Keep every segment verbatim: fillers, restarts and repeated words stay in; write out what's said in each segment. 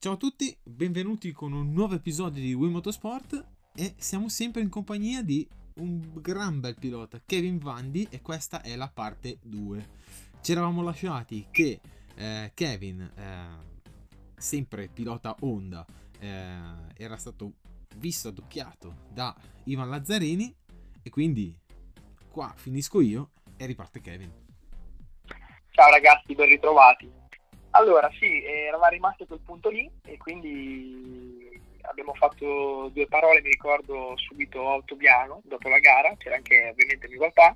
Ciao a tutti, benvenuti con un nuovo episodio di Wii Motorsport e siamo sempre in compagnia di un gran bel pilota, Kevin Vandi, e questa è la parte due. Ci eravamo lasciati che eh, Kevin, eh, sempre pilota Honda, eh, era stato visto adocchiato da Ivan Lazzarini e quindi qua finisco io e riparte Kevin. Ciao ragazzi, ben ritrovati. Allora sì, eravamo rimasti a quel punto lì e quindi abbiamo fatto due parole, mi ricordo subito a Ottobiano, dopo la gara, c'era anche ovviamente mio papà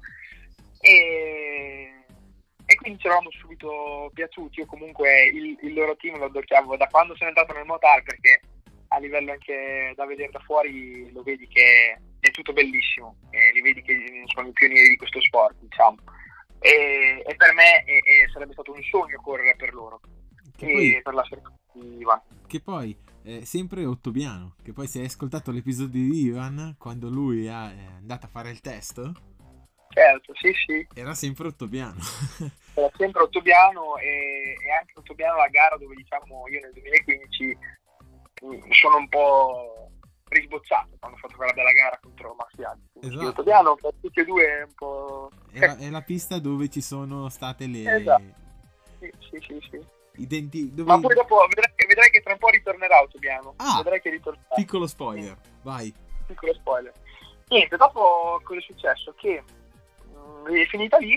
e, e quindi ci eravamo subito piaciuti. Io comunque il, il loro team lo addocchiavo da quando sono entrato nel Motar, perché a livello anche da vedere da fuori lo vedi che è tutto bellissimo, e li vedi che sono i pionieri di questo sport, diciamo. E, e per me e, e sarebbe stato un sogno correre per loro Che e poi, per la di Ivan. che poi eh, sempre Ottobiano, che poi se hai ascoltato l'episodio di Ivan quando lui è andato a fare il test, Certo, sì sì, era sempre Ottobiano. era sempre Ottobiano e, e anche Ottobiano la gara dove diciamo io nel duemilaquindici mi sono un po' risbocciato quando ho fatto quella bella gara contro Marziali. Esatto. Ottobiano per tutti e due un po'... Era, è la pista dove ci sono state le... Esatto. Sì, sì, sì, sì. Identi... dove... Ma poi dopo vedrai, vedrai che tra un po' ritornerà Ottobiano. Ah, vedrai che ritornerà. Piccolo spoiler, sì. Vai. Piccolo spoiler. Niente, dopo cosa è successo? Che mh, è finita lì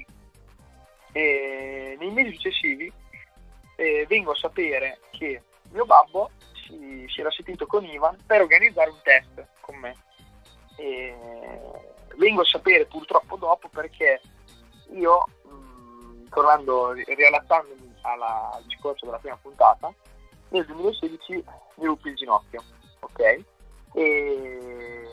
e nei mesi successivi eh, vengo a sapere che mio babbo si, si era sentito con Ivan per organizzare un test con me. E vengo a sapere purtroppo dopo perché io, mh, tornando, riallacciandomi alla, al discorso della prima puntata, nel duemilasedici mi ruppi il ginocchio, ok? E,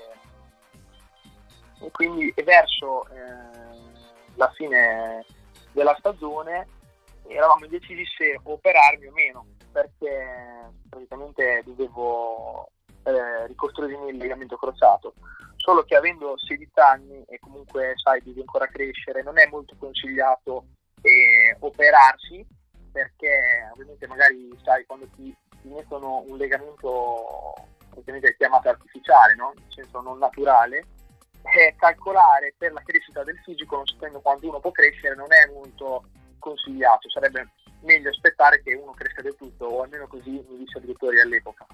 e quindi verso eh, la fine della stagione eravamo indecisi se operarmi o meno, perché praticamente dovevo eh, ricostruirmi il legamento crociato, solo che avendo sedici anni e comunque sai devi ancora crescere, non è molto consigliato eh, operarsi, perché ovviamente magari sai quando ti, ti mettono un legamento praticamente chiamato artificiale, no? Nel senso non naturale, eh, calcolare per la crescita del fisico non sapendo quando uno può crescere non è molto consigliato, sarebbe meglio aspettare che uno cresca del tutto, o almeno così mi disse il dottore all'epoca.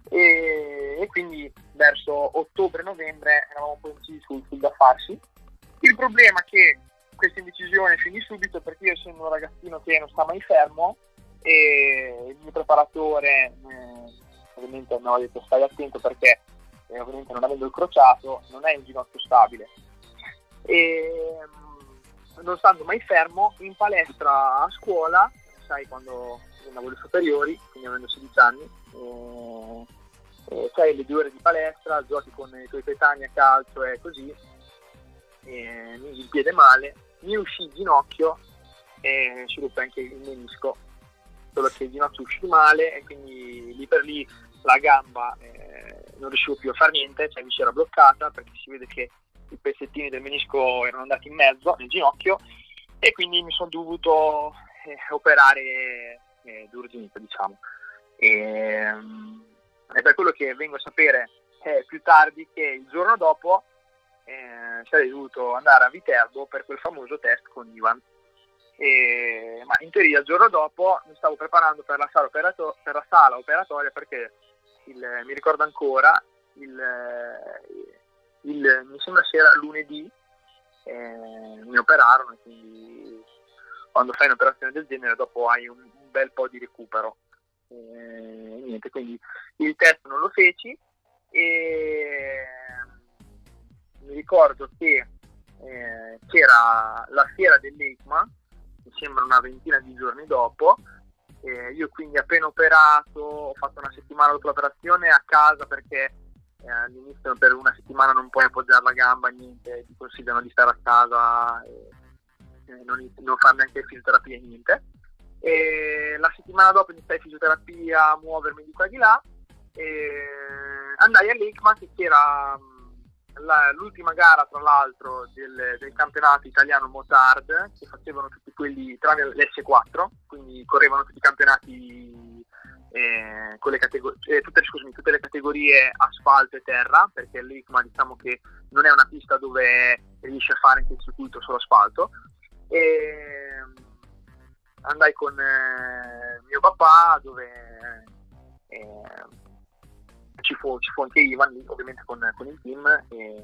E, e quindi verso ottobre-novembre eravamo un po' incisi sul, sul da farsi. Il problema è che questa indecisione finì subito, perché io essendo un ragazzino che non sta mai fermo e il mio preparatore eh, ovviamente mi aveva detto stai attento perché eh, ovviamente non avendo il crociato non è un ginocchio stabile, e non stando mai fermo in palestra a scuola, sai quando andavo alle superiori, quindi avendo sedici anni, eh, eh, sai le due ore di palestra, giochi con i tuoi coetanei a calcio e così, eh, mi il piede male, mi uscì il ginocchio e si ruppe anche il menisco, solo che il ginocchio uscì male e quindi lì per lì la gamba eh, non riuscivo più a fare niente, cioè mi si era bloccata perché si vede che i pezzettini del menisco erano andati in mezzo nel ginocchio e quindi mi sono dovuto eh, operare eh, d'urgenza, diciamo. E, um, è per quello che vengo a sapere eh, più tardi che il giorno dopo eh, sarei dovuto andare a Viterbo per quel famoso test con Ivan. E, ma in teoria il giorno dopo mi stavo preparando per la sala, operato- per la sala operatoria perché il, mi ricordo ancora il, il, mi sembra sia era lunedì eh, mi operarono e quindi quando fai un'operazione del genere dopo hai un, un bel po' di recupero e niente, quindi il test non lo feci e mi ricordo che eh, c'era la fiera dell'EICMA, mi sembra una ventina di giorni dopo. Eh, io quindi appena operato ho fatto una settimana dopo l'operazione a casa perché eh, all'inizio per una settimana non puoi appoggiare la gamba, niente, ti consigliano di stare a casa e, e non, non fare neanche fisioterapia, niente. E la settimana dopo iniziai fisioterapia, a muovermi di qua e di là e andai all'E I C M A, che era la, l'ultima gara tra l'altro del, del campionato italiano Motard, che facevano tutti quelli tranne l'S quattro, quindi correvano tutti i campionati eh, con le categor- eh, tutte, scusami, tutte le categorie asfalto e terra, perché l'E I C M A diciamo che non è una pista dove riesce a fare anche il circuito solo asfalto. E andai con eh, mio papà, dove eh, ci, fu, ci fu anche Ivan lì, ovviamente con, con il team, e,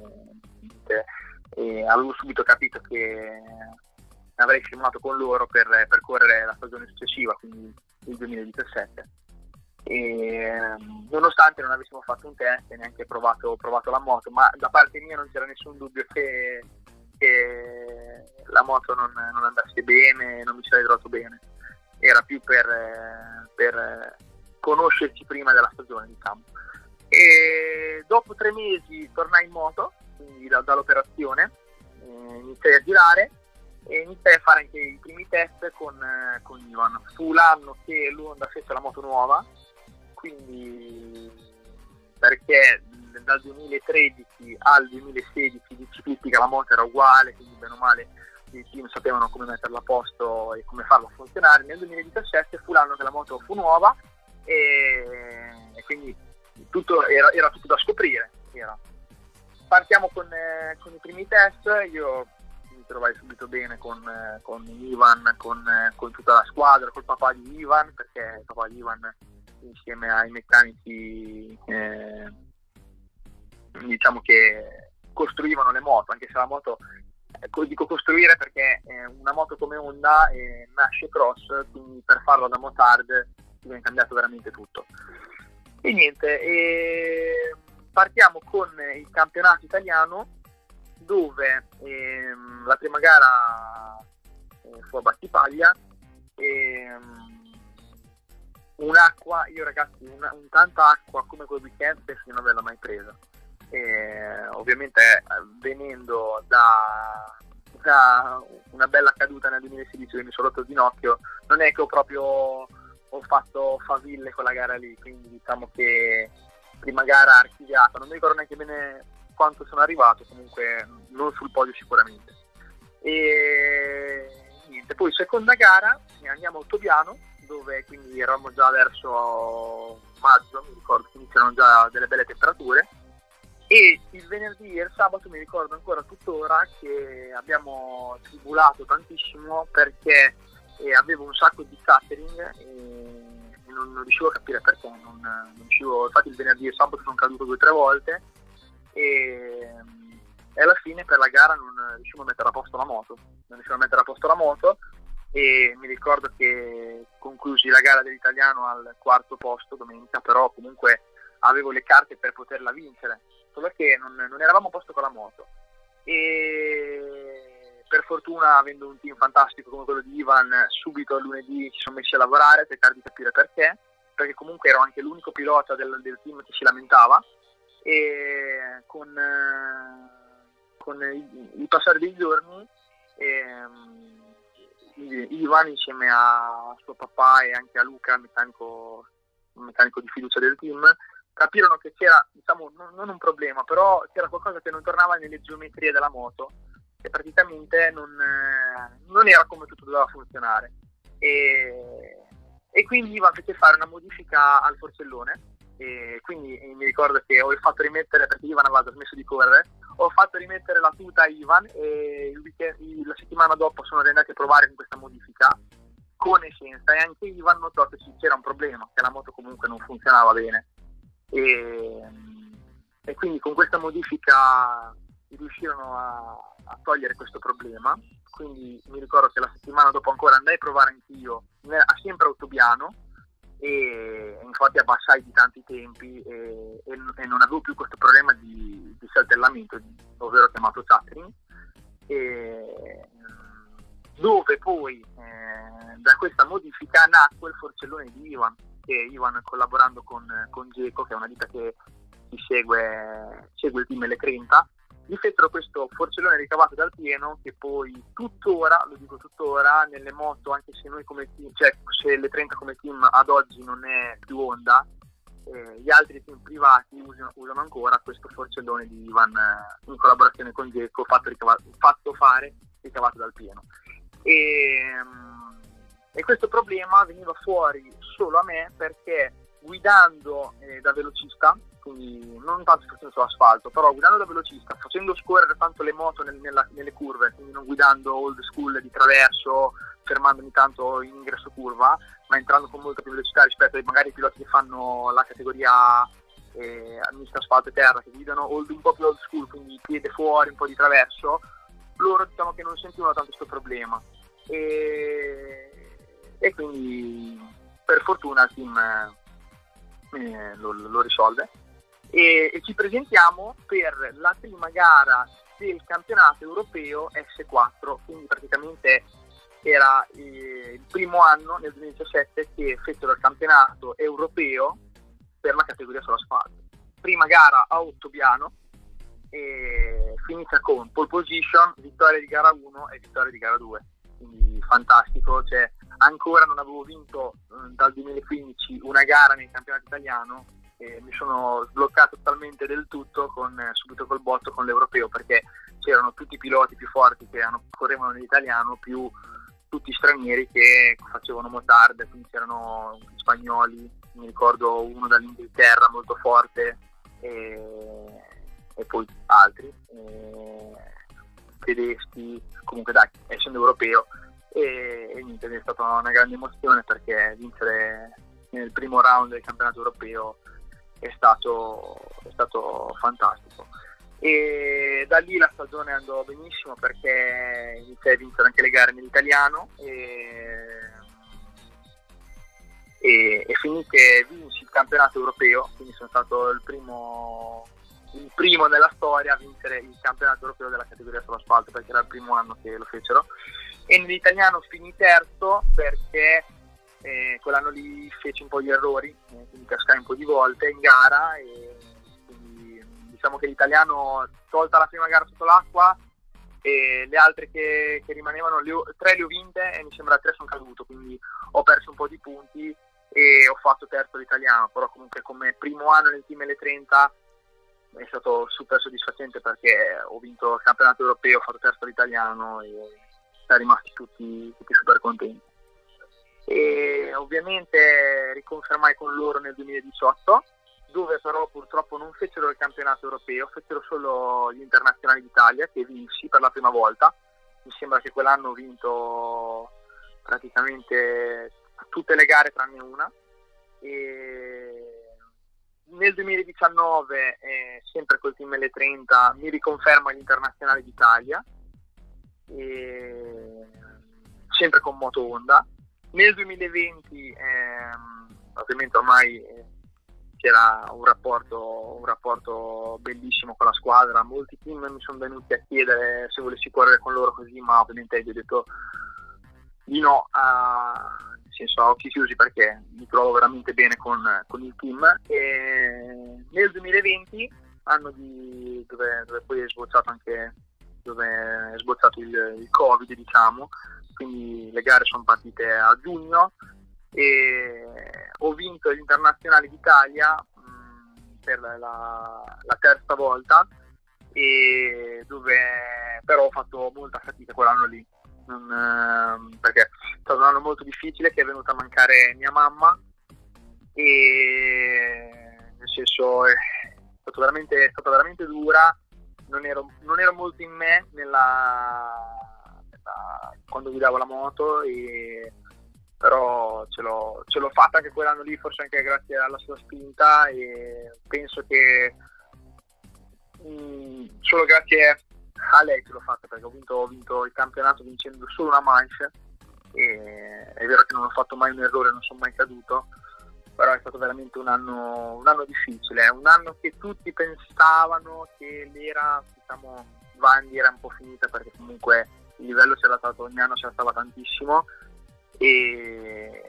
e avevo subito capito che avrei firmato con loro per percorrere la stagione successiva, quindi il duemiladiciassette. E, nonostante non avessimo fatto un test e neanche provato, provato la moto, ma da parte mia non c'era nessun dubbio che, che la moto non, non andasse bene, non mi sarei trovato bene. Era più per, per conoscerci prima della stagione, diciamo. E dopo tre mesi tornai in moto, quindi da, dall'operazione, eh, iniziai a girare e iniziai a fare anche i primi test con, eh, con Ivan. Fu l'anno che l'Honda fece la moto nuova, quindi perché dal duemilatredici al duemilasedici di ciclistica la moto era uguale, quindi bene o male i team sapevano come metterla a posto e come farla funzionare. Nel duemiladiciassette fu l'anno che la moto fu nuova e, e quindi tutto era, era tutto da scoprire. Era. Partiamo con, eh, con i primi test. Io mi trovai subito bene con, eh, con Ivan, con, eh, con tutta la squadra, col papà di Ivan, perché il papà di Ivan insieme ai meccanici eh, diciamo che costruivano le moto, anche se la moto, eh, dico costruire perché eh, una moto come Honda eh, nasce cross, quindi per farlo da motard viene cambiato veramente tutto. E niente, e partiamo con il campionato italiano, dove ehm, la prima gara eh, fu a Battipaglia. Ehm, un'acqua, io ragazzi, una, un tanta acqua come quel weekend penso di non averla mai presa. E, ovviamente eh, venendo da, da una bella caduta nel duemilasedici che mi sono rotto il ginocchio, non è che ho proprio ho fatto faville con la gara lì, quindi diciamo che prima gara archiviata, non mi ricordo neanche bene quanto sono arrivato, comunque non sul podio sicuramente. E niente, poi seconda gara andiamo a Ottobiano, dove quindi eravamo già verso maggio, mi ricordo che iniziano già delle belle temperature, e il venerdì e il sabato mi ricordo ancora tuttora che abbiamo tribulato tantissimo perché eh, avevo un sacco di catering e, e non, non riuscivo a capire perché, non, non riuscivo, infatti il venerdì e il sabato sono caduto due o tre volte e, e alla fine per la gara non riuscivo a mettere a posto la moto, non riuscivo a mettere a posto la moto e mi ricordo che conclusi la gara dell'italiano al quarto posto domenica, però comunque avevo le carte per poterla vincere, solo che non, non eravamo a posto con la moto e per fortuna, avendo un team fantastico come quello di Ivan, subito lunedì ci siamo messi a lavorare a cercare di capire perché, perché comunque ero anche l'unico pilota del, del team che si lamentava e con, con il, il passare dei giorni ehm, Ivan insieme a suo papà e anche a Luca, il meccanico, il meccanico di fiducia del team, capirono che c'era, diciamo, non, non un problema, però c'era qualcosa che non tornava nelle geometrie della moto, che praticamente non, non era come tutto doveva funzionare. E, e quindi Ivan fece fare una modifica al forcellone, e quindi e mi ricordo che ho fatto rimettere, perché Ivan aveva smesso di correre, ho fatto rimettere la tuta a Ivan e il weekend, la settimana dopo sono andati a provare con questa modifica, con e senza, e anche Ivan notò che c'era un problema, che la moto comunque non funzionava bene. E, e quindi con questa modifica riuscirono a, a togliere questo problema. Quindi mi ricordo che la settimana dopo ancora andai a provare anch'io a sempre a Ottobiano e infatti abbassai di tanti tempi e, e, e non avevo più questo problema di, di saltellamento, ovvero chiamato chattering, e, dove poi eh, da questa modifica nacque il forcellone di Ivan, che Ivan, collaborando con, con Geco, che è una ditta che si segue, segue il team L trenta, gli fecero questo forcellone ricavato dal pieno, che poi tuttora, lo dico tuttora, nelle moto, anche se noi come team, cioè se L trenta come team ad oggi non è più Honda, eh, gli altri team privati usano, usano ancora questo forcellone di Ivan eh, in collaborazione con Geco, fatto, ricavato, fatto fare ricavato dal pieno. E, e questo problema veniva fuori solo a me perché guidando eh, da velocista, quindi non tanto facendo sull'asfalto, però guidando da velocista, facendo scorrere tanto le moto nel, nella, nelle curve, quindi non guidando old school di traverso, fermandomi tanto in ingresso curva, ma entrando con molta più velocità rispetto ai magari piloti che fanno la categoria eh, mista asfalto e terra, che guidano old, un po' più old school, quindi piede fuori, un po' di traverso. Loro diciamo che non sentivano tanto questo problema e, e quindi per fortuna il team eh, lo, lo risolve e, e ci presentiamo per la prima gara del campionato europeo S quattro, quindi praticamente era eh, il primo anno nel duemiladiciassette che fecero il campionato europeo per la categoria sull'asfalto. Prima gara a Ottobiano e finita con pole position, vittoria di gara uno e vittoria di gara due, quindi fantastico. Cioè, ancora non avevo vinto eh, dal duemilaquindici una gara nel campionato italiano e mi sono sbloccato totalmente del tutto con, eh, subito col botto con l'europeo, perché c'erano tutti i piloti più forti che hanno, correvano nell'italiano più tutti stranieri che facevano motard, quindi c'erano spagnoli, mi ricordo uno dall'Inghilterra molto forte e, e poi altri e, tedeschi, comunque dai, essendo europeo e, e niente, è stata una grande emozione perché vincere nel primo round del campionato europeo è stato, è stato fantastico. E da lì la stagione andò benissimo perché iniziai a vincere anche le gare nell'italiano e, e, e finì che vinsi il campionato europeo, quindi sono stato il primo, il primo nella storia a vincere il campionato europeo della categoria sull'asfalto, perché era il primo anno che lo fecero, e nell'italiano finì terzo perché eh, quell'anno lì feci un po' di errori, eh, quindi cascai un po' di volte in gara e diciamo che l'italiano, tolta la prima gara sotto l'acqua e le altre che, che rimanevano, le ho, tre le ho vinte e mi sembra tre sono caduto, quindi ho perso un po' di punti e ho fatto terzo l'italiano, però comunque come primo anno nel team L trenta è stato super soddisfacente perché ho vinto il campionato europeo, ho fatto terzo l'italiano e siamo rimasti tutti, tutti super contenti. E ovviamente riconfermai con loro nel duemiladiciotto, dove però purtroppo non fecero il campionato europeo, fecero solo gli internazionali d'Italia, che vinsi per la prima volta. Mi sembra che quell'anno ho vinto praticamente tutte le gare tranne una. E nel duemiladiciannove, eh, sempre col team L trenta, mi riconfermo agli internazionali d'Italia, e sempre con moto Honda. Nel duemilaventi, ehm, ovviamente ormai... Eh, c'era un rapporto, un rapporto bellissimo con la squadra, molti team mi sono venuti a chiedere se volessi correre con loro così, ma ovviamente gli ho detto di no, a, nel senso a occhi chiusi, perché mi trovo veramente bene con, con il team. E nel duemilaventi, anno di, dove, dove poi è sbozzato anche dove è sbozzato il, il Covid, diciamo, quindi le gare sono partite a giugno e ho vinto gli internazionali d'Italia mh, per la, la terza volta, e dove però ho fatto molta fatica quell'anno lì, non, eh, perché è stato un anno molto difficile, che è venuta a mancare mia mamma e nel senso è stato veramente, è stata veramente dura, non ero, non ero molto in me nella, nella, quando guidavo la moto, e però ce l'ho, ce l'ho fatta anche quell'anno lì, forse anche grazie alla sua spinta, e penso che mh, solo grazie a lei ce l'ho fatta, perché ho vinto, ho vinto il campionato vincendo solo una manche, e è vero che non ho fatto mai un errore, non sono mai caduto, però è stato veramente un anno, un anno difficile, un anno che tutti pensavano che l'era, diciamo, Vandy era un po' finita, perché comunque il livello si era stato, ogni anno si alzava tantissimo, e,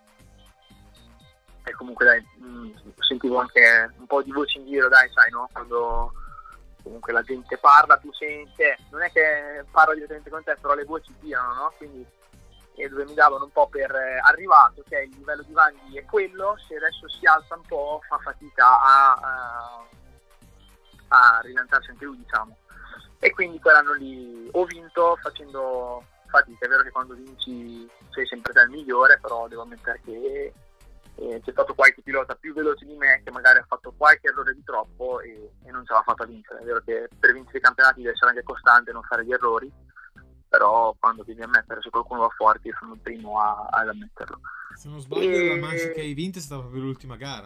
e comunque dai, mh, sentivo anche un po' di voci in giro, dai, sai, no? Quando comunque la gente parla, tu senti, non è che parla direttamente con te, però le voci girano, no? Quindi, e dove mi davano un po' per eh, arrivato, ok, il livello di Vandy è quello, se adesso si alza un po' fa fatica a, a, a rilanciarsi anche lui, diciamo. E quindi quell'anno lì ho vinto facendo fatica. È vero che quando vinci sei sempre te il migliore, però devo ammettere che E c'è stato qualche pilota più veloce di me che magari ha fatto qualche errore di troppo e, e non ce l'ha fatta vincere. È vero che per vincere i campionati deve essere anche costante e non fare gli errori, però quando devi ammettere se qualcuno va forte io sono il primo a, ad ammetterlo. Se non sbaglio e... la manche che hai vinto è stata proprio l'ultima gara.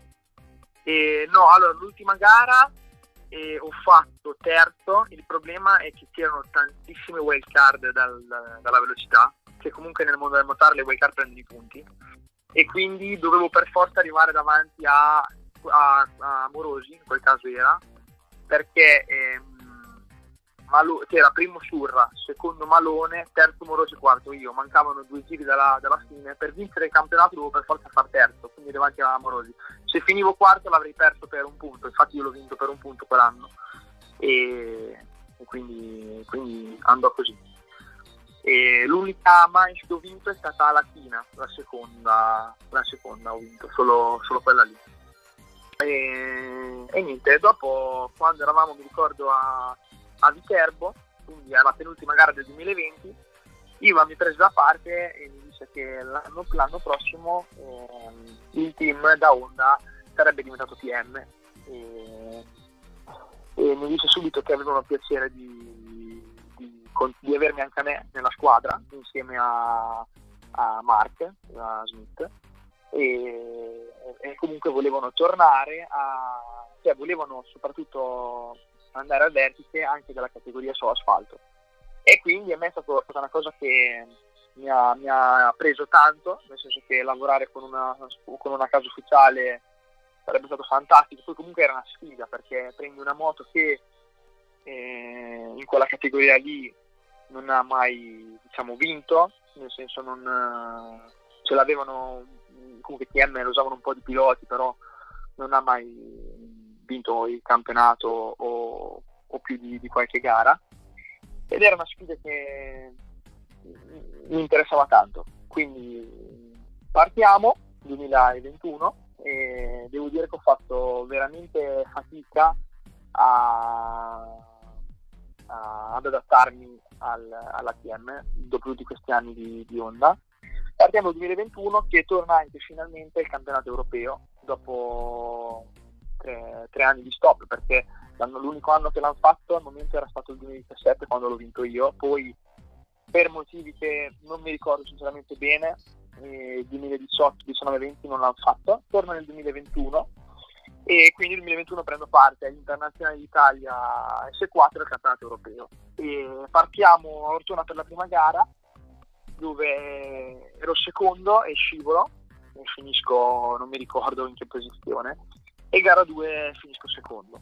E, no, allora l'ultima gara e ho fatto terzo. Il problema è che c'erano tantissime wild card dal, dalla velocità, che comunque nel mondo del motore le wild card prendono i punti, e quindi dovevo per forza arrivare davanti a, a, a Morosi, in quel caso era, perché ehm, Malo, che era primo Surra, secondo Malone, terzo Morosi, quarto io. Mancavano due giri dalla, dalla fine. Per vincere il campionato dovevo per forza far terzo, quindi davanti a Morosi. Se finivo quarto l'avrei perso per un punto, infatti io l'ho vinto per un punto quell'anno, e, e quindi, quindi andò così. E l'unica manche che ho vinto è stata la Latina, la seconda, la seconda ho vinto, solo, solo quella lì. E, e niente, dopo quando eravamo, mi ricordo, a, a Viterbo, quindi alla penultima gara del duemilaventi, Iva mi prese da parte e mi disse che l'anno, l'anno prossimo eh, il team da Honda sarebbe diventato P M, e, e mi disse subito che avevano piacere di, di, di avermi anche a me nella squadra insieme a, a Mark, a Smith, e, e comunque volevano tornare a, cioè volevano soprattutto andare al vertice anche della categoria su asfalto. E quindi a me è stata una cosa che mi ha, mi ha preso tanto, nel senso che lavorare con una, con una casa ufficiale sarebbe stato fantastico. Poi comunque era una sfida, perché prendi una moto che eh, in quella categoria lì non ha mai, diciamo, vinto, nel senso non ce l'avevano, comunque T M lo usavano un po' di piloti, però non ha mai vinto il campionato o, o più di, di qualche gara, ed era una sfida che mi interessava tanto. Quindi partiamo duemilaventuno e devo dire che ho fatto veramente fatica a, a, ad adattarmi al, alla T M dopo tutti questi anni di, di Honda. Partiamo nel duemilaventuno, che torna anche finalmente il campionato europeo dopo tre, tre anni di stop, perché l'anno, l'unico anno che l'hanno fatto al momento era stato il duemiladiciassette, quando l'ho vinto io. Poi per motivi che non mi ricordo sinceramente bene, eh, duemiladiciotto, diciannove, venti non l'hanno fatto. Torno nel duemilaventuno e quindi nel duemilaventuno prendo parte agli internazionali d'Italia S quattro del campionato europeo, e partiamo a Ortona per la prima gara, dove ero secondo e scivolo e finisco, non mi ricordo in che posizione, e gara due finisco secondo.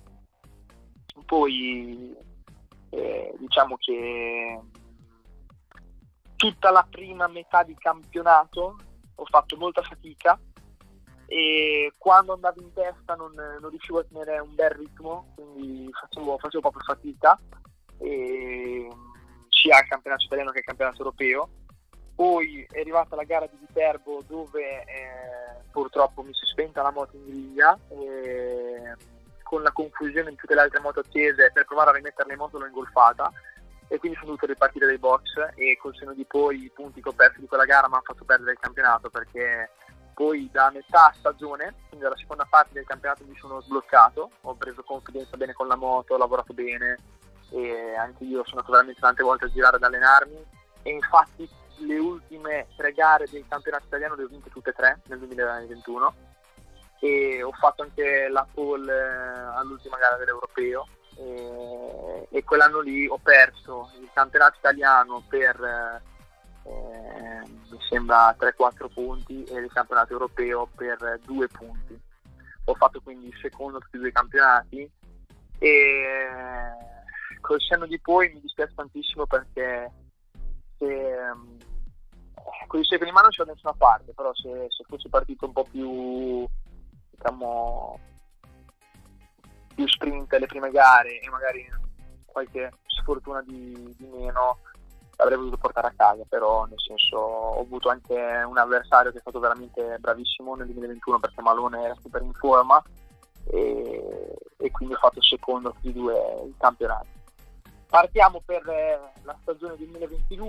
Poi eh, diciamo che tutta la prima metà di campionato ho fatto molta fatica, e quando andavo in testa non, non riuscivo a tenere un bel ritmo, quindi facevo, facevo proprio fatica, e, sia al campionato italiano che al campionato europeo. Poi è arrivata la gara di Viterbo, dove eh, purtroppo mi si è spenta la moto in griglia, e con la confusione di tutte le altre moto accese, per provare a rimettere le moto l'ho ingolfata, e quindi sono dovuto ripartire dai box, e col senno di poi i punti che ho perso di quella gara mi hanno fatto perdere il campionato, perché poi da metà stagione, quindi dalla seconda parte del campionato, mi sono sbloccato, ho preso confidenza bene con la moto, ho lavorato bene, e anche io sono andato veramente tante volte a girare ad allenarmi, e infatti le ultime tre gare del campionato italiano le ho vinte tutte e tre nel duemilaventuno, e ho fatto anche la pole all'ultima gara dell'europeo, e, e quell'anno lì ho perso il campionato italiano per eh, mi sembra tre quattro punti, e il campionato europeo per due punti. Ho fatto quindi il secondo tutti i due campionati, e col senno di poi mi dispiace tantissimo, perché se, con i secoli in mano non c'è da nessuna parte, però se, se fossi partito un po' più, diciamo, più sprint le prime gare, e magari qualche sfortuna di, di meno, l'avrei voluto portare a casa. Però nel senso, ho avuto anche un avversario che è stato veramente bravissimo nel duemilaventuno, perché Malone era super in forma, e, e quindi ho fatto secondo tutti e due i campionati. Partiamo per la stagione duemilaventidue,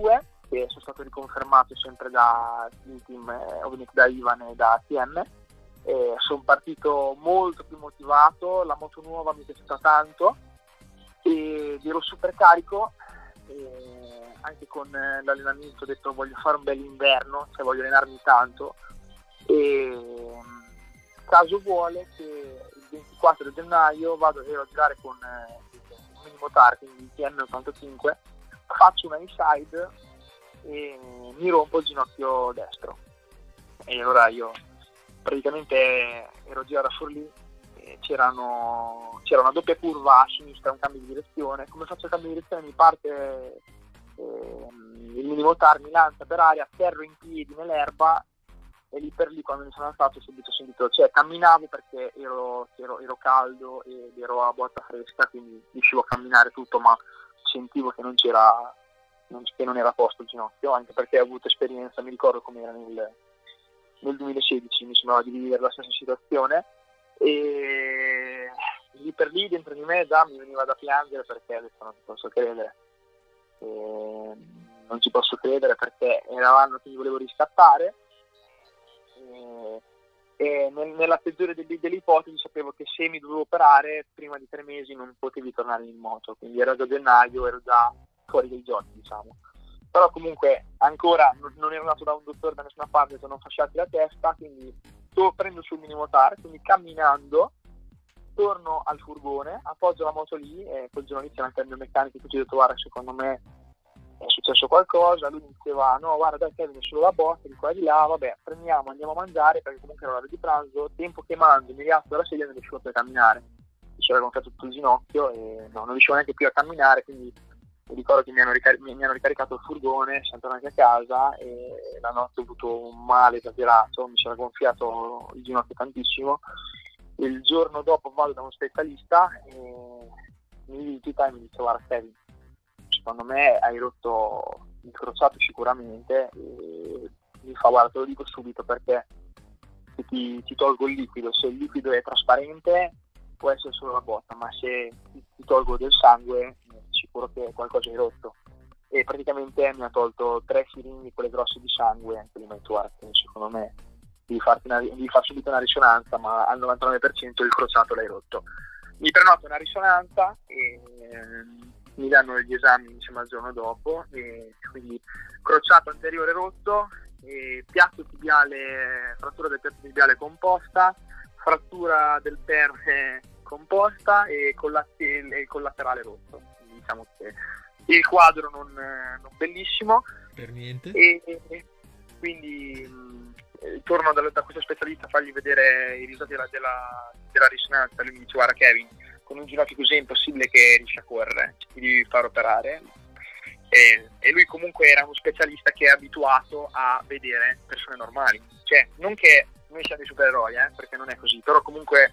che sono stato riconfermato sempre da team, eh, ovviamente da Ivan e da T M. Eh, sono partito molto più motivato, la moto nuova mi è piaciuta tanto ed ero super carico, eh, anche con l'allenamento ho detto voglio fare un bel inverno, cioè voglio allenarmi tanto, e caso vuole che il ventiquattro gennaio vado ero a girare con eh, il minimo tar, quindi il T M ottantacinque, faccio una inside e mi rompo il ginocchio destro, e allora io praticamente ero girato a Forlì, e c'erano, c'era una doppia curva a sinistra, un cambio di direzione. Come faccio il cambio di direzione? Mi parte eh, il minimo tar, mi lancia per aria, ferro in piedi nell'erba, e lì per lì quando mi sono alzato subito ho sentito, cioè camminavo perché ero, ero, ero caldo ed ero a botta fresca, quindi riuscivo a camminare tutto, ma sentivo che non c'era, non, che non era a posto il ginocchio, anche perché ho avuto esperienza, mi ricordo come era nel nel duemilasedici, mi sembrava di vivere la stessa situazione, e lì per lì dentro di me già mi veniva da piangere, perché adesso non ci posso credere, e non ci posso credere perché era l'anno che mi volevo riscattare, e, e nel, nella peggiore delle, delle ipotesi sapevo che se mi dovevo operare prima di tre mesi non potevi tornare in moto, quindi era già gennaio, ero già fuori dai giochi, diciamo. Però comunque ancora non ero andato da un dottore da nessuna parte, non fasciati la testa, quindi sto, prendo sul minimo tar, quindi camminando torno al furgone, appoggio la moto lì, e quel giorno lì c'era anche il mio meccanico che ci ho detto guarda, secondo me è successo qualcosa. Lui mi diceva no guarda dai Kevin, è solo la botta di qua e di là, vabbè prendiamo, andiamo a mangiare, perché comunque era l'ora di pranzo, tempo che mangio mi rialzo dalla sedia e non riuscivo più a camminare, mi si era gonfiato tutto il ginocchio e no, non riuscivo neanche più a camminare, quindi mi ricordo che mi hanno, ricar- mi hanno ricaricato il furgone, siamo tornati a casa e la notte ho avuto un male esagerato, mi si era gonfiato il ginocchio tantissimo. Il giorno dopo vado da uno specialista e mi visita e mi dice guarda Kevin, secondo me hai rotto il crociato sicuramente, e mi fa guarda te lo dico subito perché se ti, ti tolgo il liquido, se il liquido è trasparente può essere solo la botta, ma se ti, ti tolgo del sangue sicuro che qualcosa è rotto, e praticamente mi ha tolto tre siringhe quelle grosse di sangue, anche di Mentuar, quindi secondo me devi, farti una, devi far subito una risonanza, ma al novantanove per cento il crociato l'hai rotto. Mi prenoto una risonanza e ehm, mi danno gli esami insieme al giorno dopo, e quindi crociato anteriore rotto, e piatto tibiale, frattura del piatto tibiale composta, frattura del perne composta e collaterale, il collaterale rotto. Diciamo che il quadro non, non bellissimo per niente, e, e quindi mh, torno da, da questo specialista a fargli vedere i risultati della, della, della risonanza. Lui mi dice guarda Kevin, con un ginocchio così è impossibile che riesci a correre, ti devi far operare. E, e lui comunque era uno specialista che è abituato a vedere persone normali, cioè non che noi siamo dei supereroi, eh, perché non è così, però comunque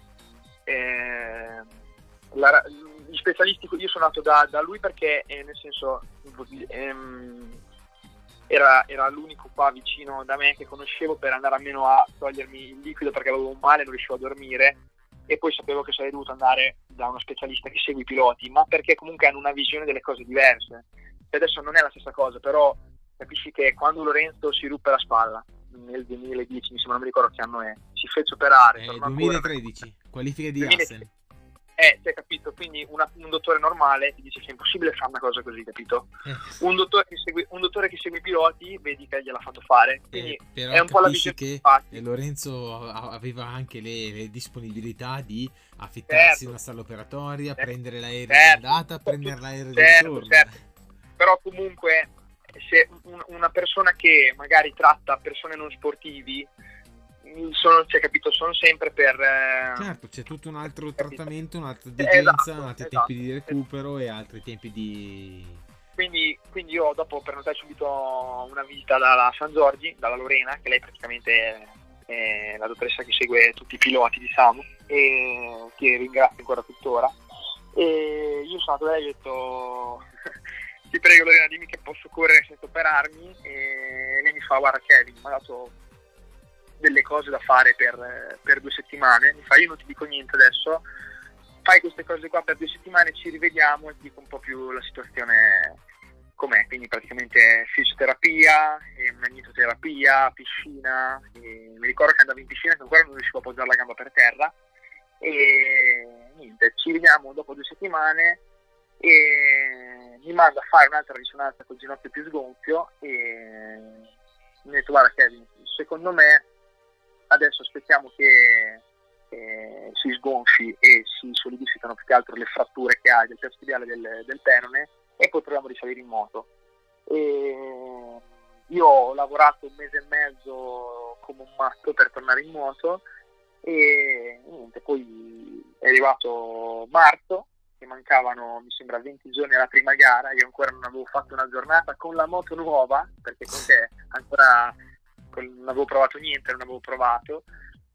eh, la, gli specialisti, io sono andato da, da lui perché eh, nel senso ehm, era, era l'unico qua vicino da me che conoscevo per andare almeno a togliermi il liquido, perché avevo un male, non riuscivo a dormire, e poi sapevo che sarei dovuto andare da uno specialista che segue i piloti, ma perché comunque hanno una visione delle cose diverse. E adesso non è la stessa cosa, però capisci che quando Lorenzo si ruppe la spalla nel duemiladieci, mi sembra, non mi ricordo che anno è, si fece operare, eh, duemilatredici, ancora... qualifiche di Assen. Eh, ti hai capito? Quindi una, un dottore normale ti dice che è impossibile fare una cosa così, capito? Eh. Un dottore che segue un dottore che segue i piloti, vedi che gliel'ha fatto fare. Quindi eh, però è un po' la visione che che Lorenzo aveva anche le, le disponibilità di affittarsi certo. una sala operatoria, certo. prendere l'aereo certo. di andata, prendere l'aereo certo, di ritorno. Certo. Però comunque se un, una persona che magari tratta persone non sportivi, sono, cioè, capito, sono sempre per eh... certo, c'è tutto un altro trattamento, un'altra degenza, esatto, altri esatto. tempi di recupero e altri tempi di quindi, quindi io dopo prenotai subito una visita dalla San Giorgi, dalla Lorena, che lei praticamente è la dottoressa che segue tutti i piloti, diciamo, e che ringrazio ancora tuttora. E io sono andato da lei e ho detto ti prego Lorena, dimmi che posso correre senza operarmi, e lei mi fa guarda Kevin, mi ha dato delle cose da fare per, per due settimane, mi fa io non ti dico niente adesso, fai queste cose qua per due settimane, ci rivediamo e ti dico un po' più la situazione com'è, quindi praticamente fisioterapia, e magnetoterapia, piscina, e mi ricordo che andavo in piscina che ancora non riuscivo a appoggiare la gamba per terra, e niente, ci vediamo dopo due settimane e mi manda a fare un'altra risonanza col ginocchio più sgonfio e mi ha detto guarda Kevin, secondo me adesso aspettiamo che eh, si sgonfi e si solidificano più che altro le fratture che ha del terzo tibiale del, del penone e poi proviamo a risalire in moto. E io ho lavorato un mese e mezzo come un matto per tornare in moto e niente, poi è arrivato marzo, che mancavano mi sembra venti giorni alla prima gara, io ancora non avevo fatto una giornata con la moto nuova, perché comunque ancora non avevo provato niente, non avevo provato,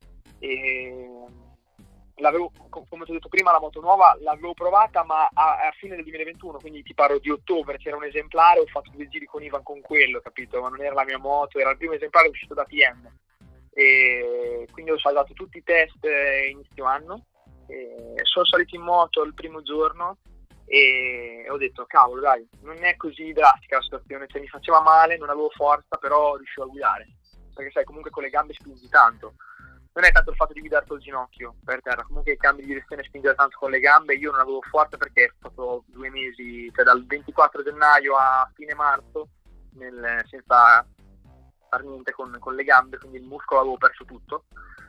e l'avevo, come ti ho detto prima, la moto nuova l'avevo provata ma a, a fine del duemilaventuno, quindi ti parlo di ottobre, c'era un esemplare, ho fatto due giri con Ivan con quello, capito, ma non era la mia moto, era il primo esemplare uscito da P M, e quindi ho salvato tutti i test inizio anno, e sono salito in moto il primo giorno e ho detto cavolo dai, non è così drastica la situazione, cioè mi faceva male, non avevo forza, però riuscivo a guidare, perché sai comunque con le gambe spingi tanto, non è tanto il fatto di guidare col ginocchio per terra, comunque i cambi di direzione spingere tanto con le gambe, io non avevo forza perché è stato due mesi, cioè dal ventiquattro gennaio a fine marzo nel, senza far niente con, con le gambe, quindi il muscolo avevo perso tutto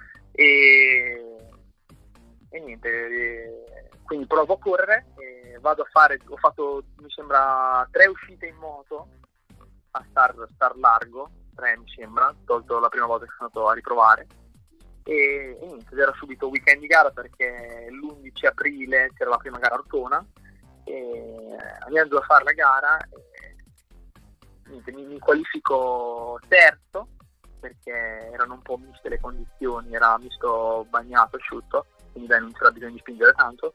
e, e niente, e, quindi provo a correre e vado a fare, ho fatto mi sembra tre uscite in moto a star, star largo, tre mi sembra, tolto la prima volta che sono andato a riprovare e, e niente, era subito weekend di gara perché l'undici aprile c'era la prima gara a Ortona e andando a fare la gara e, niente, mi, mi qualifico terzo perché erano un po' miste le condizioni, era misto bagnato, asciutto, quindi dai non c'era bisogno di spingere tanto.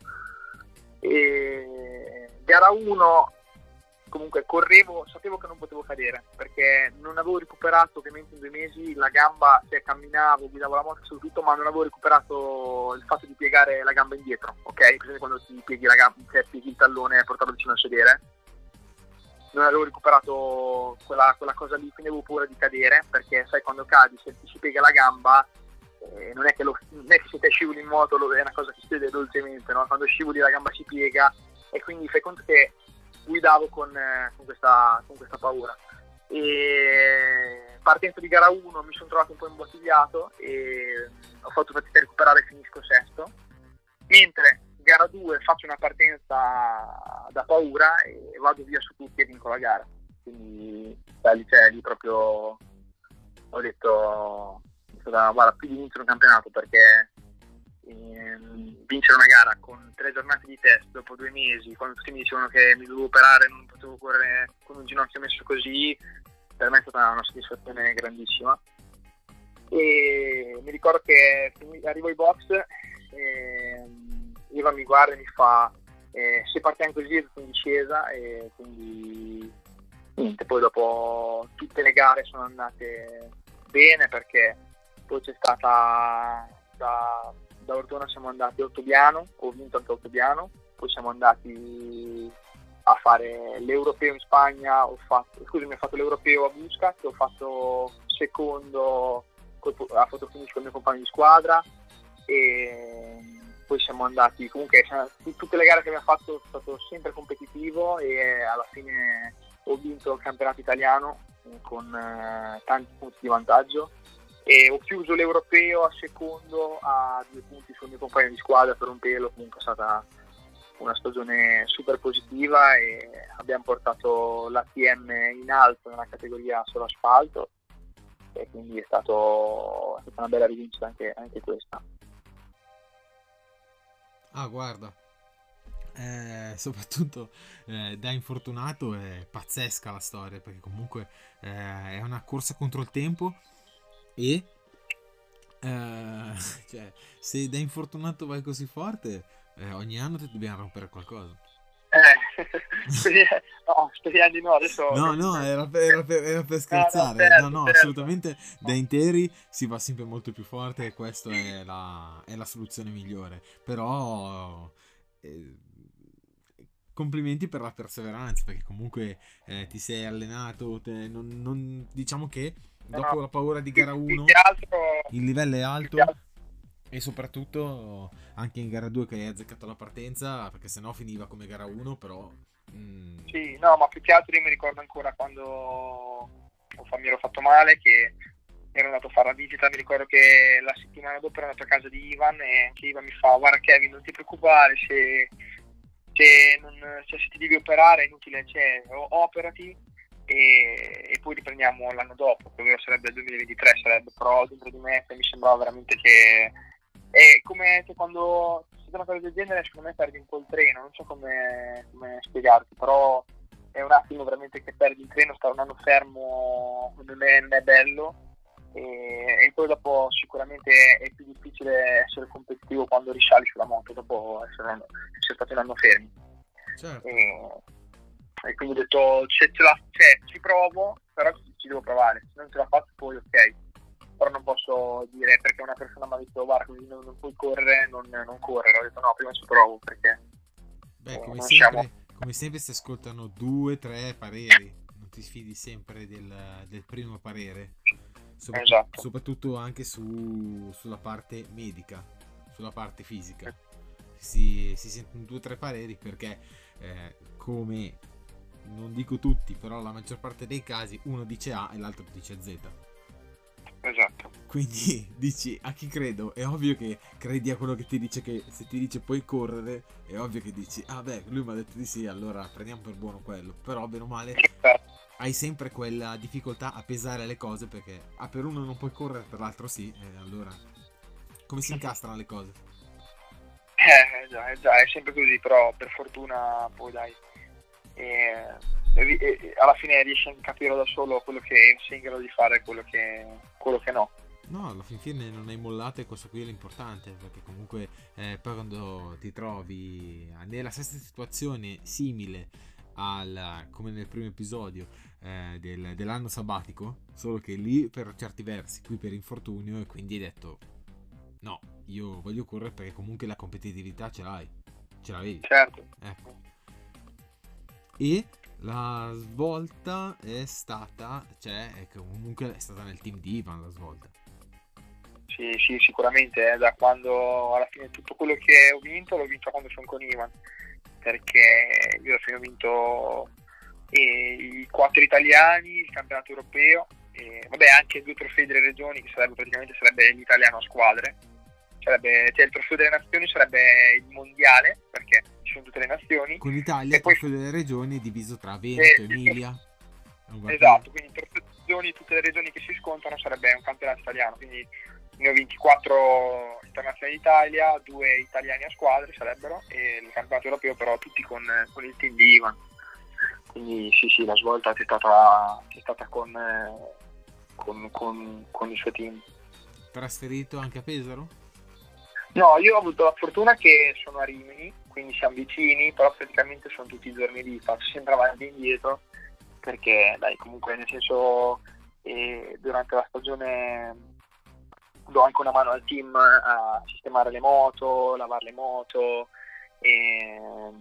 E gara uno comunque correvo, sapevo che non potevo cadere perché non avevo recuperato ovviamente in due mesi la gamba, cioè camminavo, guidavo la moto su tutto, ma non avevo recuperato il fatto di piegare la gamba indietro, ok? Quindi quando ti pieghi la gamba, cioè pieghi il tallone e portarlo vicino al sedere, non avevo recuperato quella, quella cosa lì, quindi avevo paura di cadere perché sai quando cadi, se ti si piega la gamba eh, non, è che lo, non è che se te scivoli in moto lo, è una cosa che succede dolcemente, no? Quando scivoli la gamba si piega e quindi fai conto che guidavo con, eh, con, questa, con questa paura e partendo di gara uno mi sono trovato un po' imbottigliato e ho fatto fatica a recuperare e finisco sesto, mentre gara due faccio una partenza da paura e vado via su tutti e vinco la gara, quindi beh, lì, cioè, lì proprio ho detto guarda più di vincere un campionato perché ehm, vincere una gara con tre giornate di test dopo due mesi quando tutti mi dicevano che mi dovevo operare non potevo correre con un ginocchio messo così, per me è stata una soddisfazione grandissima e mi ricordo che arrivo ai box e Ivan mi guarda e mi fa eh, se partiamo così è tutto in discesa e quindi niente, poi dopo tutte le gare sono andate bene perché poi c'è stata da, da Ortona siamo andati a Ottobiano, ho vinto anche a Ottobiano, poi siamo andati a fare l'europeo in Spagna, ho fatto, scusami, ho fatto l'europeo a Buscat, ho fatto secondo col, a fotofinish con il mio compagno di squadra e poi siamo andati, comunque tutte le gare che abbiamo fatto sono stato sempre competitivo e alla fine ho vinto il campionato italiano con eh, tanti punti di vantaggio e ho chiuso l'europeo a secondo a due punti sul mio compagno di squadra per un pelo, comunque è stata una stagione super positiva e abbiamo portato l'A T M in alto nella categoria solo asfalto e quindi è, stato, è stata una bella rivincita anche, anche questa. Ah guarda, eh, soprattutto eh, da infortunato è pazzesca la storia perché comunque eh, è una corsa contro il tempo e eh, cioè, se da infortunato vai così forte eh, ogni anno ti dobbiamo rompere qualcosa. Eh, no, speriamo di no, adesso no no era per, era per, era per scherzare, no, no, certo, no no certo. assolutamente da interi si va sempre molto più forte e questa è la, è la soluzione migliore, però eh, complimenti per la perseveranza, perché comunque eh, ti sei allenato, te- non, non- diciamo che No, dopo la paura di più, gara più uno che altro, il livello è più che alto, altro e soprattutto anche in gara due che hai azzeccato la partenza, perché sennò finiva come gara uno, però mm, sì, no, ma più che altro io mi ricordo ancora quando ho fa- mi ero fatto male, che ero andato a fare la visita, mi ricordo che la settimana dopo ero andato a casa di Ivan e anche Ivan mi fa: guarda Kevin, non ti preoccupare, se, se, non, cioè, se ti devi operare è inutile, cioè, o- operati e, e poi riprendiamo l'anno dopo, che ovvero sarebbe il duemilaventitré, sarebbe, però dentro di me mi sembrava veramente che è come se quando succede una cosa del genere, secondo me perdi un po' il treno, non so come, come spiegarti, però è un attimo veramente che perdi il treno, stare un anno fermo non è, non è bello, e, e poi dopo sicuramente è più difficile essere competitivo quando risali sulla moto dopo essere, essere stati un anno fermi. certo. E, e quindi ho detto se ce la, cioè, ci provo, però ci devo provare, se non ce la faccio poi ok, però non posso dire perché una persona mi ha detto guarda così non, non puoi correre, non, non correre, ho detto no, prima ci provo perché Beh, eh, come non sempre, siamo come sempre si ascoltano due, tre pareri, non ti fidi sempre del, del primo parere, soprattutto, esatto. soprattutto anche su, sulla parte medica, sulla parte fisica. Si, si sentono due o tre pareri perché, eh, come non dico tutti, però la maggior parte dei casi, uno dice A e l'altro dice Z. Esatto. Quindi dici a chi credo? È ovvio che credi a quello che ti dice, che se ti dice puoi correre, è ovvio che dici ah beh, lui mi ha detto di sì, allora prendiamo per buono quello. Però bene o male hai sempre quella difficoltà a pesare le cose, perché ah, per uno non puoi correre, per l'altro sì, e allora come si incastrano le cose? Eh, già, eh, già, è sempre così, però per fortuna poi dai, eh, e- e- alla fine riesci a capire da solo quello che sei in grado di fare e quello che, quello che no. No, alla fin fine non hai mollato e questo qui è l'importante, perché comunque eh, poi quando ti trovi nella stessa situazione simile al, come nel primo episodio eh, del- dell'anno sabbatico, solo che lì per certi versi, qui per infortunio, e quindi hai detto no, io voglio correre perché comunque la competitività ce l'hai, ce l'avevi. Certo. Ecco. E la svolta è stata, cioè è che comunque è stata nel team di Ivan la svolta. Sì, sì, sicuramente, eh, da quando alla fine tutto quello che ho vinto l'ho vinto quando sono con Ivan, perché io alla fine ho vinto eh, i quattro italiani, il campionato europeo, e, vabbè, anche due trofei delle regioni, che sarebbe praticamente sarebbe l'italiano a squadre, sarebbe, cioè il trofeo delle nazioni sarebbe il mondiale, perché ci sono tutte le nazioni, Con l'Italia e il poi trofeo delle regioni è diviso tra Veneto, eh, Emilia, Lombardia. esatto, quindi il trofeo delle regioni, tutte le regioni che si scontrano sarebbe un campionato italiano, quindi ne ho ventiquattro internazionali d'Italia, due italiani a squadre sarebbero, e il campionato europeo però tutti con, con il team di Ivan. Quindi sì, sì, la svolta è stata, è stata con, eh, con, con, con il suo team. Trasferito anche a Pesaro? No, io ho avuto la fortuna che sono a Rimini, quindi siamo vicini, però praticamente sono tutti i giorni lì, faccio sempre avanti e indietro, perché dai, comunque nel senso eh, durante la stagione do anche una mano al team a sistemare le moto, lavare le moto, e,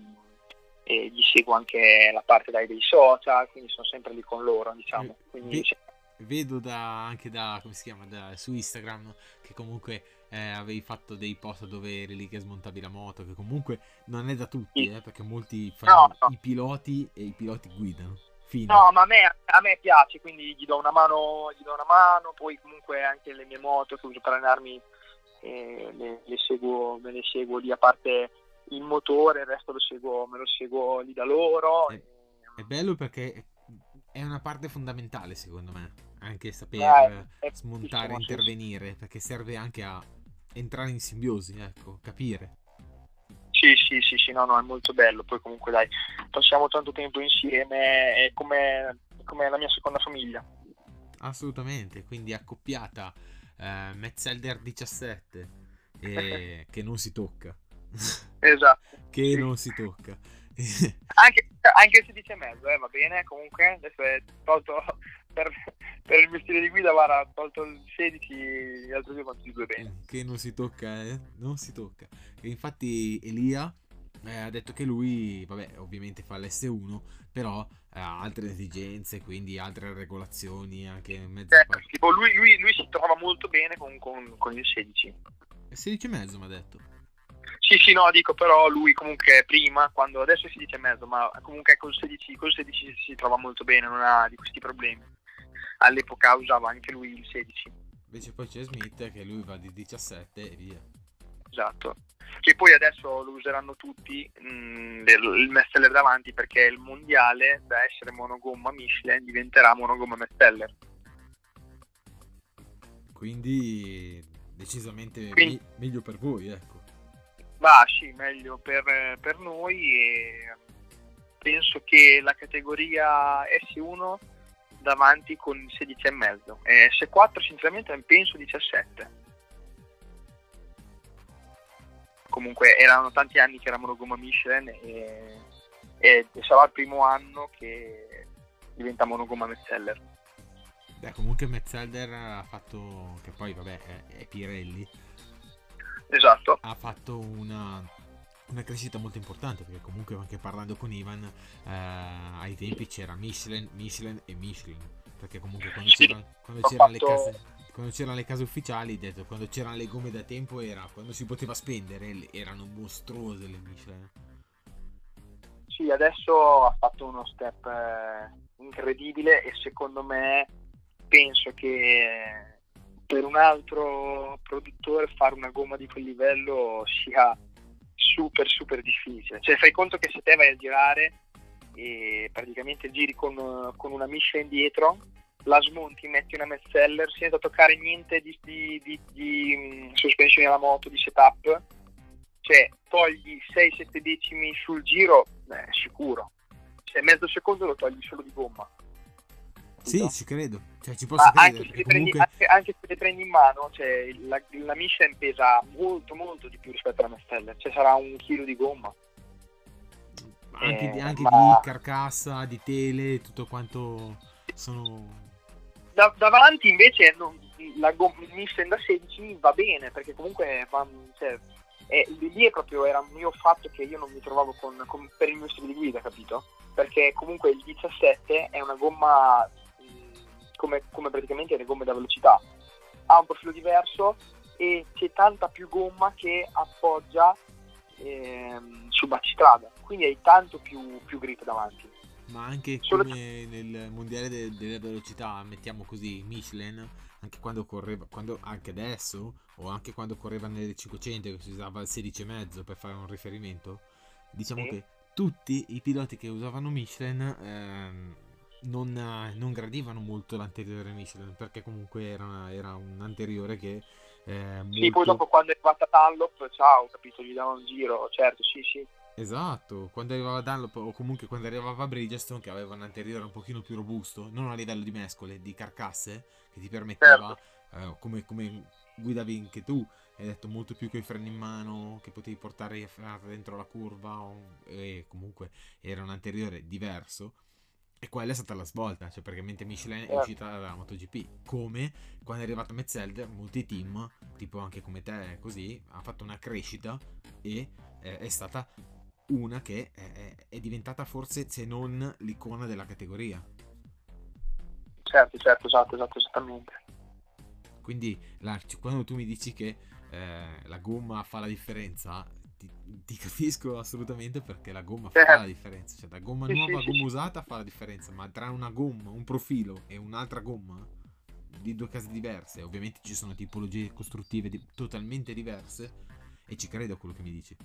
e gli seguo anche la parte dai dei social, quindi sono sempre lì con loro, diciamo. Quindi, Ve- vedo da, anche da, come si chiama, da, su Instagram che comunque eh, avevi fatto dei post dove eri lì che smontavi la moto, che comunque non è da tutti, sì. eh, perché molti No, fanno no. i piloti e i piloti guidano. Fine. No, ma a me, a me piace, quindi gli do una mano, gli do una mano, poi comunque anche le mie moto che uso per allenarmi eh, le, le seguo, me le seguo lì, a parte il motore, il resto lo seguo, me lo seguo lì da loro. È, è bello perché è una parte fondamentale, secondo me, anche Eh, saper è smontare, bellissimo, sì. intervenire, perché serve anche a entrare in simbiosi, ecco, capire. Sì, sì, sì, sì, no, no, è molto bello. Poi comunque dai, passiamo tanto tempo insieme, è come, è come la mia seconda famiglia. Assolutamente, quindi accoppiata eh, Metzelder diciassette e che non si tocca. Esatto, Che sì. non si tocca. Anche, anche se dice mezzo, eh, va bene, comunque adesso è tolto per, per il mestiere di guida, guarda, tolto il sedici, gli altri due vanno tutti e due bene. Che non si tocca, eh? Non si tocca. E infatti Elia eh, ha detto che lui, vabbè, ovviamente fa l'S uno, però eh, ha altre esigenze, quindi altre regolazioni, anche mezza Cioè, parte. tipo lui, lui, lui si trova molto bene con, con, con il sedici. sedici e mezzo mi ha detto. Sì, sì, no, dico però lui comunque prima, quando adesso è sedici e mezzo, ma comunque col sedici, col sedici si trova molto bene, non ha di questi problemi. All'epoca usava anche lui il sedici. Invece poi c'è Smith che lui va di diciassette e via. Esatto. Che poi adesso lo useranno tutti mh, il il Metzeler davanti, perché il mondiale, da essere monogomma Michelin, diventerà monogomma Metzeler. Quindi decisamente Quindi, me- meglio per voi, ecco. bah, sì, meglio per, per noi, e penso che la categoria S uno davanti con il sedici e mezzo, e S quattro sinceramente penso diciassette. Comunque erano tanti anni che era monogomma Michelin, e, e sarà il primo anno che diventa monogomma Metzeler. Beh, comunque Metzelder ha fatto, che poi vabbè è, è Pirelli, Esatto. ha fatto una, una crescita molto importante, perché comunque anche parlando con Ivan, eh, ai tempi c'era Michelin, Michelin e Michelin, perché comunque quando, Sì, c'era, quando ho c'erano le fatto... case, quando c'erano le case ufficiali, detto, quando c'erano le gomme da tempo era quando si poteva spendere, le- erano mostruose le Michelin. Sì, adesso ha fatto uno step eh, incredibile, e secondo me penso che per un altro produttore fare una gomma di quel livello sia super super difficile. Cioè, fai conto che se te vai a girare e praticamente giri con, con una Michelin dietro, la smonti, metti una Metzeler senza toccare niente di, di, di, di mh, sospensione alla moto, di setup, cioè togli sei sette decimi sul giro, beh, sicuro. Cioè mezzo secondo lo togli solo di gomma. Sì, No? ci credo, cioè ci Ma posso anche credere, se, perché le prendi, comunque anche, anche se le prendi in mano, cioè, la, la Michelin pesa molto molto di più rispetto alla Metzeler, cioè sarà un chilo di gomma. anche, di, Eh, anche ma di carcassa, di tele, tutto quanto sono... da, davanti invece non, la gomma Michelin da sedici va bene, perché comunque va, cioè, è, lì è proprio era un mio fatto che io non mi trovavo con, con, per il mio stile di guida, capito? Perché comunque il diciassette è una gomma mh, come, come praticamente le gomme da velocità, ha un profilo diverso e c'è tanta più gomma che appoggia ehm, su battistrada, quindi hai tanto più, più grip davanti. Ma anche Solo come nel mondiale de- delle velocità, mettiamo così, Michelin, anche quando correva, quando, anche adesso, o anche quando correva nelle cinquecento, che si usava il sedici e mezzo per fare un riferimento, diciamo sì, che tutti i piloti che usavano Michelin ehm, non, eh, non gradivano molto l'anteriore Michelin, perché comunque era, era un anteriore che è sì, poi molto... dopo quando è arrivata Dunlop, ciao, capito, gli dava un giro, certo, sì, sì, Esatto, quando arrivava Dunlop o comunque quando arrivava Bridgestone, che aveva un anteriore un pochino più robusto, non a livello di mescole, di carcasse, che ti permetteva, certo. eh, come, come guidavi anche tu, hai detto molto più che i freni in mano, che potevi portare dentro la curva, o- e comunque era un anteriore diverso. E quella è stata la svolta, cioè perché mentre Michelin è certo. uscita dalla MotoGP, come quando è arrivato Metzelder, molti team, tipo anche come te, così, ha fatto una crescita e eh, è stata una che è, è diventata forse, se non l'icona della categoria. Certo, certo, esatto, esatto, esattamente. Quindi la- quando tu mi dici che eh, la gomma fa la differenza, ti, ti capisco assolutamente, perché la gomma fa la Certo. differenza. Cioè da gomma Sì, sì, nuova a sì, gomma sì. usata fa la differenza, ma tra una gomma, un profilo e un'altra gomma di due case diverse, ovviamente ci sono tipologie costruttive di- totalmente diverse, e ci credo a quello che mi dici.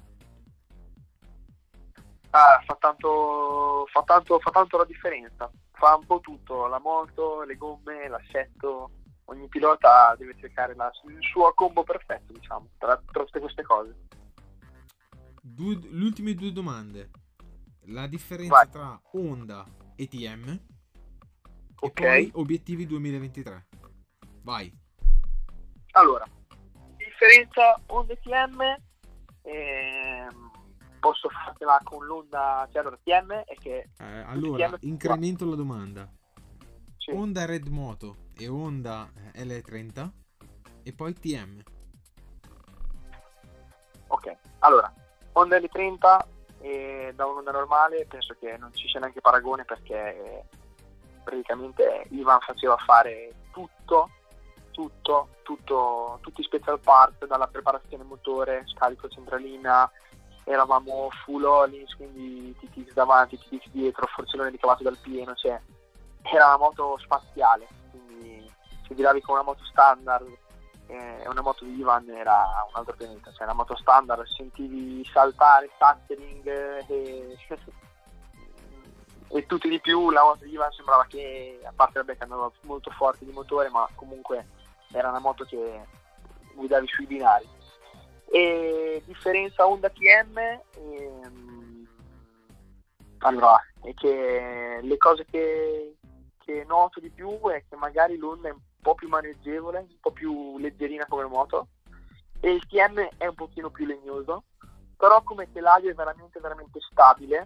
Ah, fa tanto, fa tanto, fa tanto la differenza. Fa un po' tutto, la moto, le gomme, l'assetto. Ogni pilota deve cercare la- il suo combo perfetto, diciamo, tra, tra tutte queste cose. Due, le ultime due domande. La Vai, differenza tra Honda e T M e ok. poi obiettivi duemilaventitré. Vai. Allora, differenza Honda T M, ehm, posso fartela con l'Honda, cioè allora T M è che Eh, tutti i allora, T M sono uguali. incremento la domanda. Sì, Honda Red Moto e Honda eh, L trenta e poi T M. ok. Allora, Honda L trenta e da un'Honda normale penso che non ci sia neanche paragone, perché praticamente Ivan faceva fare tutto, tutto, tutto, tutti i special part, dalla preparazione motore, scarico centralina, eravamo full all-ins, quindi T T X davanti, T T X dietro, forzellone ricavato dal pieno, cioè era una moto spaziale, quindi se giravi con una moto standard e eh, una moto di Ivan era un altro pianeta, cioè una moto standard sentivi saltare stuttering e, e tutto di più. La moto di Ivan sembrava che, a parte vabbè che andava molto forte di motore, ma comunque era una moto che guidavi sui binari. E differenza Honda T M, ehm, allora è che le cose che, che noto di più è che magari l'Honda è un po' più maneggevole, un po' più leggerina come moto, e il T M è un pochino più legnoso, però come telaio è veramente veramente stabile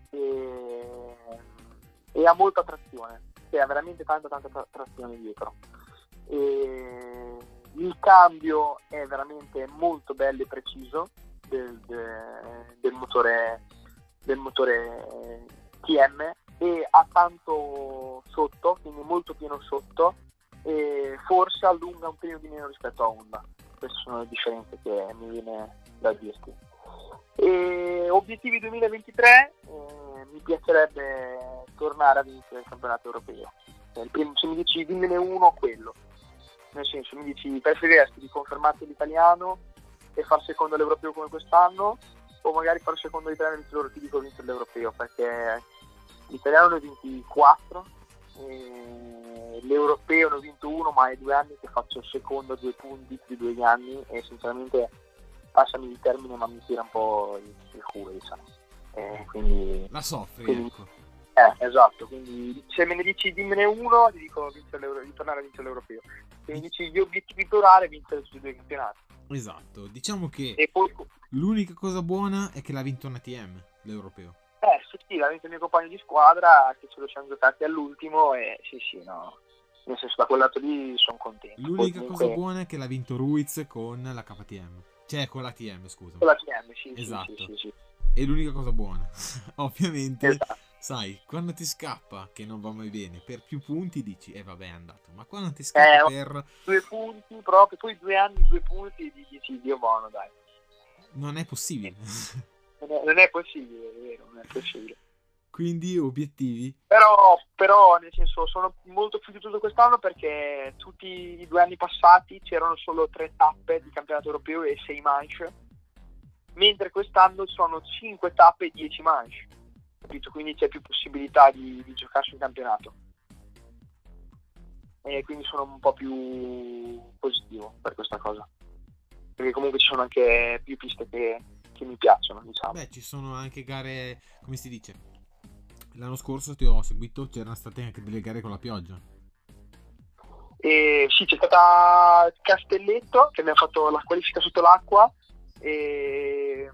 e, e ha molta trazione, cioè ha veramente tanta tanta tra- trazione dietro. E il cambio è veramente molto bello e preciso del, del, del motore del motore T M, e ha tanto sotto, quindi molto pieno sotto, e forse allunga un pelino di meno rispetto a Honda. Queste sono le differenze che mi viene da dirti. E obiettivi duemilaventitré, eh, mi piacerebbe tornare a vincere il campionato europeo. Il primo, se mi dici dimmene uno, quello, nel senso, mi dici preferiresti di confermarti l'italiano e far secondo l'europeo come quest'anno, o magari far secondo l'italiano e vincere l'europeo? Ti dico vincere l'europeo, perché l'italiano ne ho vinti quattro, l'europeo ne ho vinto uno, ma è due anni che faccio il secondo a due punti più due anni, e sinceramente, passami il termine, ma mi tira un po' il, il culo, diciamo. Eh, quindi, la soffri, quindi, ecco. Eh, esatto, quindi se me ne dici dimmene uno, ti dico vincere l'euro, di tornare a vincere l'europeo. Se mi dici gli obiettivi per ora, vincere tutti e due i campionati. Esatto, diciamo che E poi, l'unica cosa buona è che l'ha vinto una T M, l'europeo. eh sì, sì, l'ha vinto il mio compagno di squadra, che ce lo siamo giocati all'ultimo, e sì sì, no, nel senso, da quel lato lì sono contento. L'unica Poi, comunque, cosa buona è che l'ha vinto Ruiz con la K T M, cioè con la T M, scusa. con la T M, sì, Esatto. sì, sì, sì, sì. E l'unica cosa buona. Ovviamente, Esatto. sai, quando ti scappa che non va mai bene per più punti dici eh vabbè è andato, ma quando ti scappa Eh, per due punti proprio, poi due anni, due punti, e dici Dio buono, dai. non è possibile. Non è, non è possibile, è vero, non è possibile. Quindi obiettivi? Però, però nel senso, sono molto fiducioso quest'anno, perché tutti i due anni passati c'erano solo tre tappe di campionato europeo e sei manche, mentre quest'anno sono cinque tappe e dieci manche, capito? Quindi c'è più possibilità di, di giocarsi in campionato, e quindi sono un po' più positivo per questa cosa, perché comunque ci sono anche più piste che, che mi piacciono, diciamo. Beh, ci sono anche gare, come si dice? L'anno scorso ti ho seguito, c'erano state anche delle gare con la pioggia. E sì, c'è stata Castelletto, che abbiamo fatto la qualifica sotto l'acqua, e,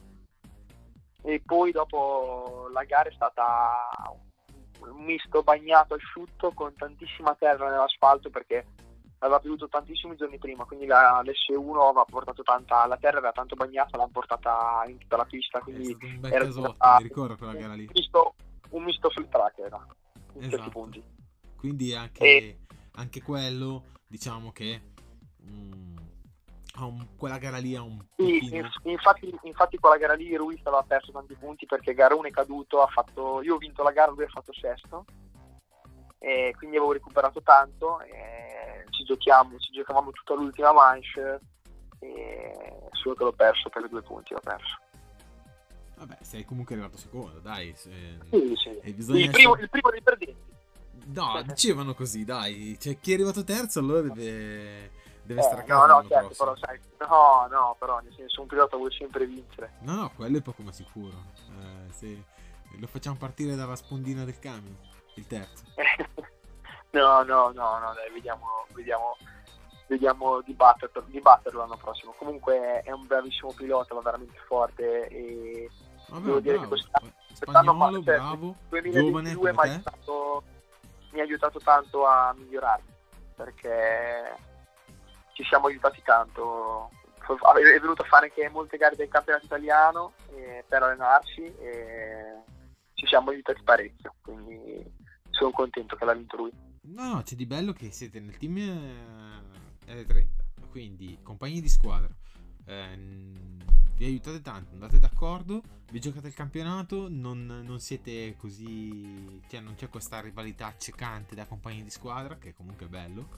e poi dopo la gara è stata un misto bagnato asciutto con tantissima terra nell'asfalto, perché aveva piovuto tantissimi giorni prima, quindi la, l'S uno aveva portato tanta, la terra era tanto bagnata, l'hanno portata in tutta la pista, quindi È stato un bel era casotto, stata, mi ricordo quella gara lì. un misto, un misto sul track era, in Esatto. certi punti. Quindi anche, E, anche quello, diciamo che mm, ha un, quella gara lì ha un sì, pochino... inf- infatti, infatti quella gara lì Ruiz aveva perso tanti punti, perché Garone è caduto, ha fatto, io ho vinto la gara, lui ha fatto sesto, e quindi avevo recuperato tanto, e ci giochiamo, ci giocavamo tutta l'ultima manche, e solo che l'ho perso per i due punti, l'ho perso. Vabbè, sei comunque arrivato secondo, dai. Se... Sì, sì. E bisogna Il, primo, essere- il primo dei perdenti. No, dicevano così, dai. Cioè, chi è arrivato terzo allora deve, deve Eh, stare a no, casa no, l'anno certo, prossimo. però sai, no, no, però nel senso, un pilota vuole sempre vincere. No, no, quello è poco ma sicuro. Eh, se lo facciamo partire dalla spondina del camion, il terzo. no, no, no, no, dai, vediamo, vediamo, vediamo di batterlo, di batterlo l'anno prossimo. Comunque è un bravissimo pilota, va veramente forte, e Vabbè, devo dire bravo. che quest'anno, Spagnolo, quest'anno cioè, bravo, duemilaventidue giovane mi ha come te. aiutato, mi ha aiutato tanto a migliorarmi, perché ci siamo aiutati tanto è venuto a fare anche molte gare del campionato italiano eh, per allenarsi e ci siamo aiutati parecchio, quindi sono contento che l'ha vinto lui. No, no, c'è di bello che siete nel team eh, L trenta, quindi compagni di squadra, eh, vi aiutate tanto, andate d'accordo, vi giocate il campionato, non, non siete così, cioè non c'è questa rivalità accecante da compagni di squadra, che comunque è bello,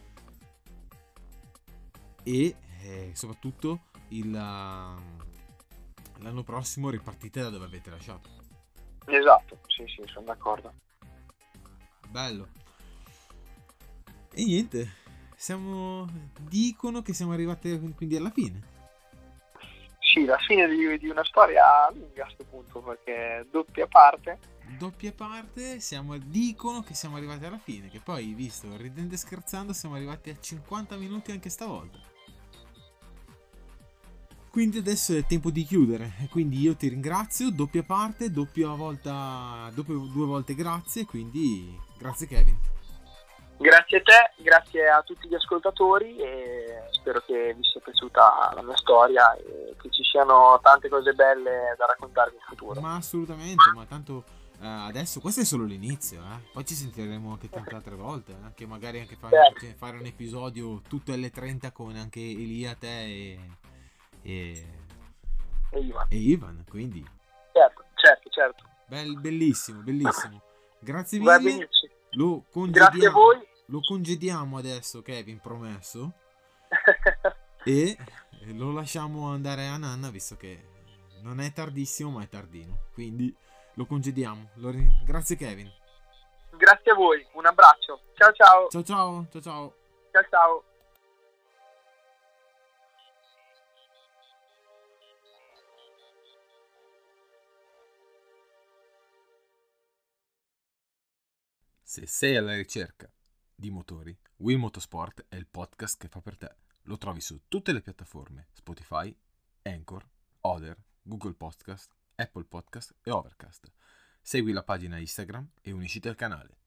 e eh, soprattutto il, l'anno prossimo ripartite da dove avete lasciato. Esatto, sì sì, sono d'accordo. Bello. E niente, siamo, dicono che siamo arrivati quindi alla fine. Sì, la fine di, di una storia lunga a questo punto, perché doppia parte. Doppia parte, siamo, dicono che siamo arrivati alla fine, che poi, visto, ridendo e scherzando, siamo arrivati a cinquanta minuti anche stavolta. Quindi adesso è tempo di chiudere, e quindi io ti ringrazio, doppia parte, doppia volta, doppio, due volte grazie, quindi grazie Kevin. Grazie a te, grazie a tutti gli ascoltatori e spero che vi sia piaciuta la mia storia e che ci siano tante cose belle da raccontarvi in futuro. Ma assolutamente, ma tanto eh, adesso questo è solo l'inizio, eh. Poi ci sentiremo anche tante altre volte, eh. Anche magari anche fare, Certo. fare un episodio tutto L trenta con anche Elia, te e, e, E Ivan. e Ivan, quindi Certo, certo, certo. bel, bellissimo, bellissimo. Grazie Va mille. benissimo. Lo Grazie a congediamo, voi. lo congediamo adesso, Kevin, promesso. E lo lasciamo andare a nanna, visto che non è tardissimo, ma è tardino. Quindi lo congediamo. Lo ri- Grazie, Kevin. Grazie a voi, un abbraccio. Ciao ciao. Ciao, ciao, ciao, ciao. Ciao ciao. Se sei alla ricerca di motori, Will Motorsport è il podcast che fa per te. Lo trovi su tutte le piattaforme: Spotify, Anchor, Other, Google Podcast, Apple Podcast e Overcast. Segui la pagina Instagram e unisciti al canale.